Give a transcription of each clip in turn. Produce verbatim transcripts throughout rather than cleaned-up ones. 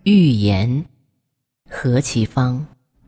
寓言，何其芳。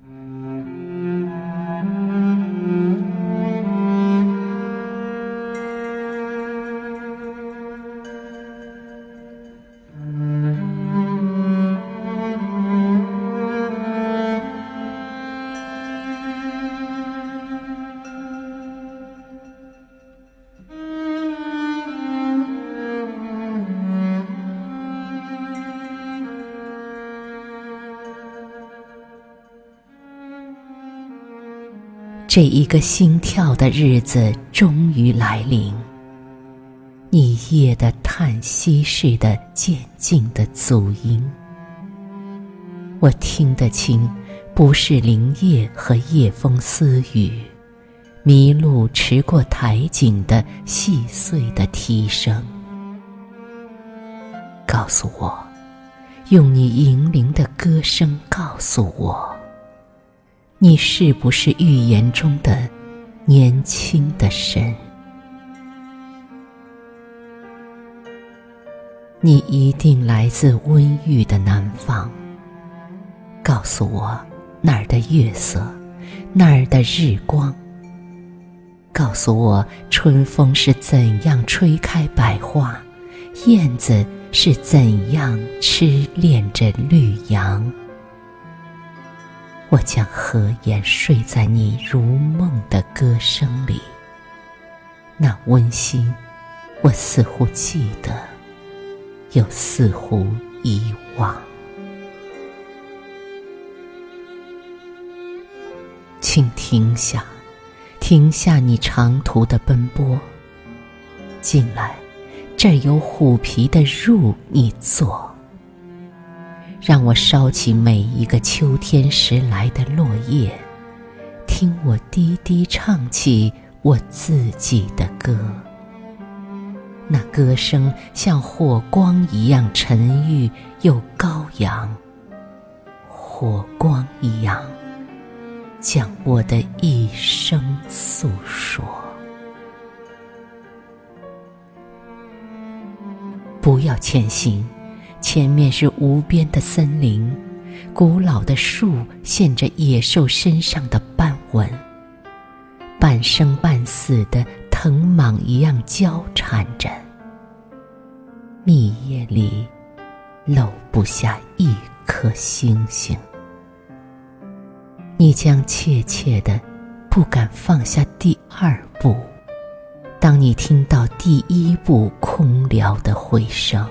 这一个心跳的日子终于来临，你夜的叹息似的渐进的足音，我听得清，不是林叶和夜风私语，麋鹿驰过台景的细碎的啼声。告诉我，用你银铃的歌声告诉我，你是不是寓言中的年轻的神？你一定来自温郁的南方，告诉我那儿的月色，那儿的日光，告诉我春风是怎样吹开百花，燕子是怎样痴恋着绿杨。我将合眼睡在你如梦的歌声里，那温馨我似乎记得，又似乎遗忘。请停下，停下你长途的奔波，进来，这儿有虎皮的褥你坐，让我烧起每一个秋天时来的落叶，听我低低唱起我自己的歌。那歌声像火光一样沉郁又高扬，火光一样将我的一生诉说。不要前行，前面是无边的森林，古老的树现着野兽身上的斑纹，半生半死的藤莽一样交缠着，密叶里漏不下一颗星星。你将怯怯的不敢放下第二步，当你听到第一步空聊的回声。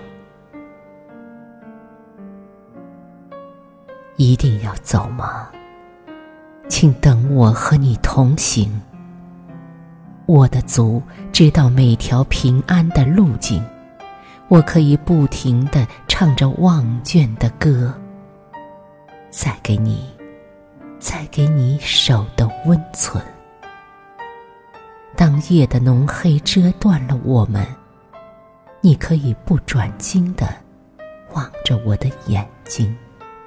一定要走吗？请等我和你同行。我的足知道每条平安的路径，我可以不停地唱着忘倦的歌，再给你，再给你手的温存。当夜的浓黑遮断了我们，你可以不转睛地望着我的眼睛。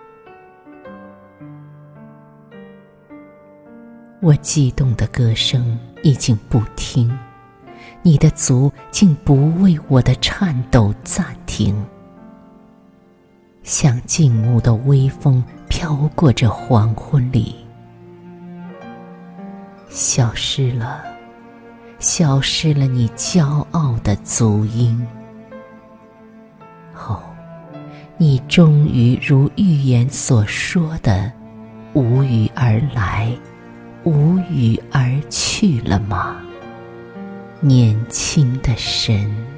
我激动的歌声已经不听，你的足竟不为我的颤抖暂停。像静穆的微风飘过这黄昏里，消失了，消失了你骄傲的足音。哦，你终于如寓言所说的无语而来，无语而去了吗？年轻的神。